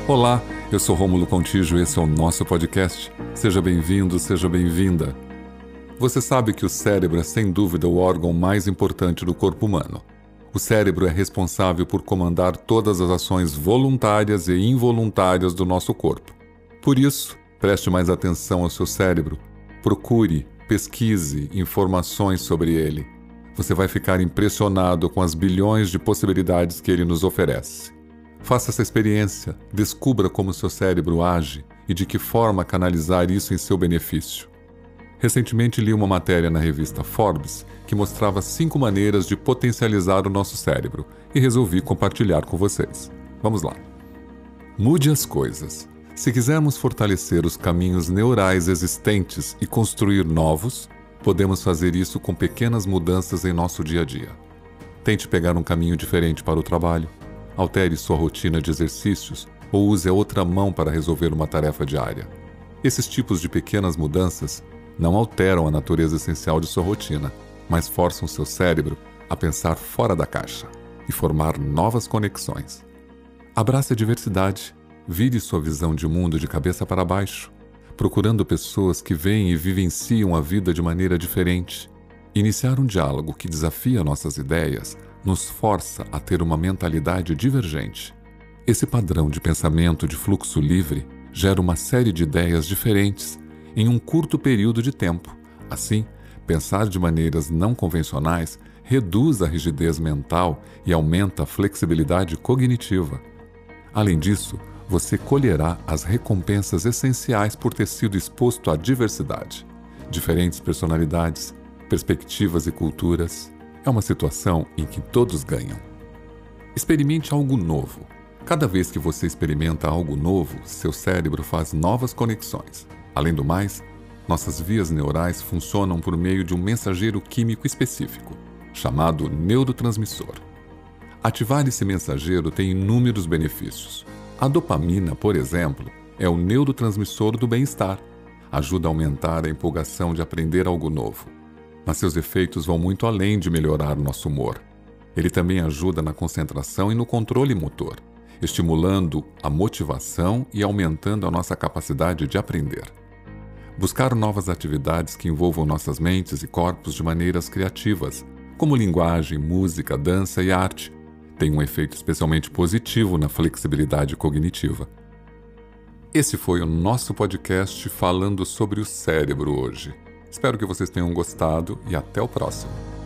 Olá, eu sou Rômulo Contígio e esse é o nosso podcast. Seja bem-vindo, seja bem-vinda. Você sabe que o cérebro é sem dúvida o órgão mais importante do corpo humano. O cérebro é responsável por comandar todas as ações voluntárias e involuntárias do nosso corpo. Por isso, preste mais atenção ao seu cérebro. Procure, pesquise informações sobre ele. Você vai ficar impressionado com as bilhões de possibilidades que ele nos oferece. Faça essa experiência, descubra como seu cérebro age e de que forma canalizar isso em seu benefício. Recentemente li uma matéria na revista Forbes que mostrava 5 maneiras de potencializar o nosso cérebro e resolvi compartilhar com vocês. Vamos lá. Mude as coisas. Se quisermos fortalecer os caminhos neurais existentes e construir novos, podemos fazer isso com pequenas mudanças em nosso dia a dia. Tente pegar um caminho diferente para o trabalho, altere sua rotina de exercícios ou use a outra mão para resolver uma tarefa diária. Esses tipos de pequenas mudanças não alteram a natureza essencial de sua rotina, mas forçam seu cérebro a pensar fora da caixa e formar novas conexões. Abrace a diversidade, vire sua visão de mundo de cabeça para baixo, procurando pessoas que veem e vivenciam a vida de maneira diferente. Iniciar um diálogo que desafia nossas ideias nos força a ter uma mentalidade divergente. Esse padrão de pensamento de fluxo livre gera uma série de ideias diferentes em um curto período de tempo. Assim, pensar de maneiras não convencionais reduz a rigidez mental e aumenta a flexibilidade cognitiva. Além disso, você colherá as recompensas essenciais por ter sido exposto à diversidade, diferentes personalidades, perspectivas e culturas. É uma situação em que todos ganham. Experimente algo novo. Cada vez que você experimenta algo novo, seu cérebro faz novas conexões. Além do mais, nossas vias neurais funcionam por meio de um mensageiro químico específico, chamado neurotransmissor. Ativar esse mensageiro tem inúmeros benefícios. A dopamina, por exemplo, é o neurotransmissor do bem-estar. Ajuda a aumentar a empolgação de aprender algo novo. Mas seus efeitos vão muito além de melhorar nosso humor. Ele também ajuda na concentração e no controle motor, estimulando a motivação e aumentando a nossa capacidade de aprender. Buscar novas atividades que envolvam nossas mentes e corpos de maneiras criativas, como linguagem, música, dança e arte, tem um efeito especialmente positivo na flexibilidade cognitiva. Esse foi o nosso podcast falando sobre o cérebro hoje. Espero que vocês tenham gostado e até o próximo.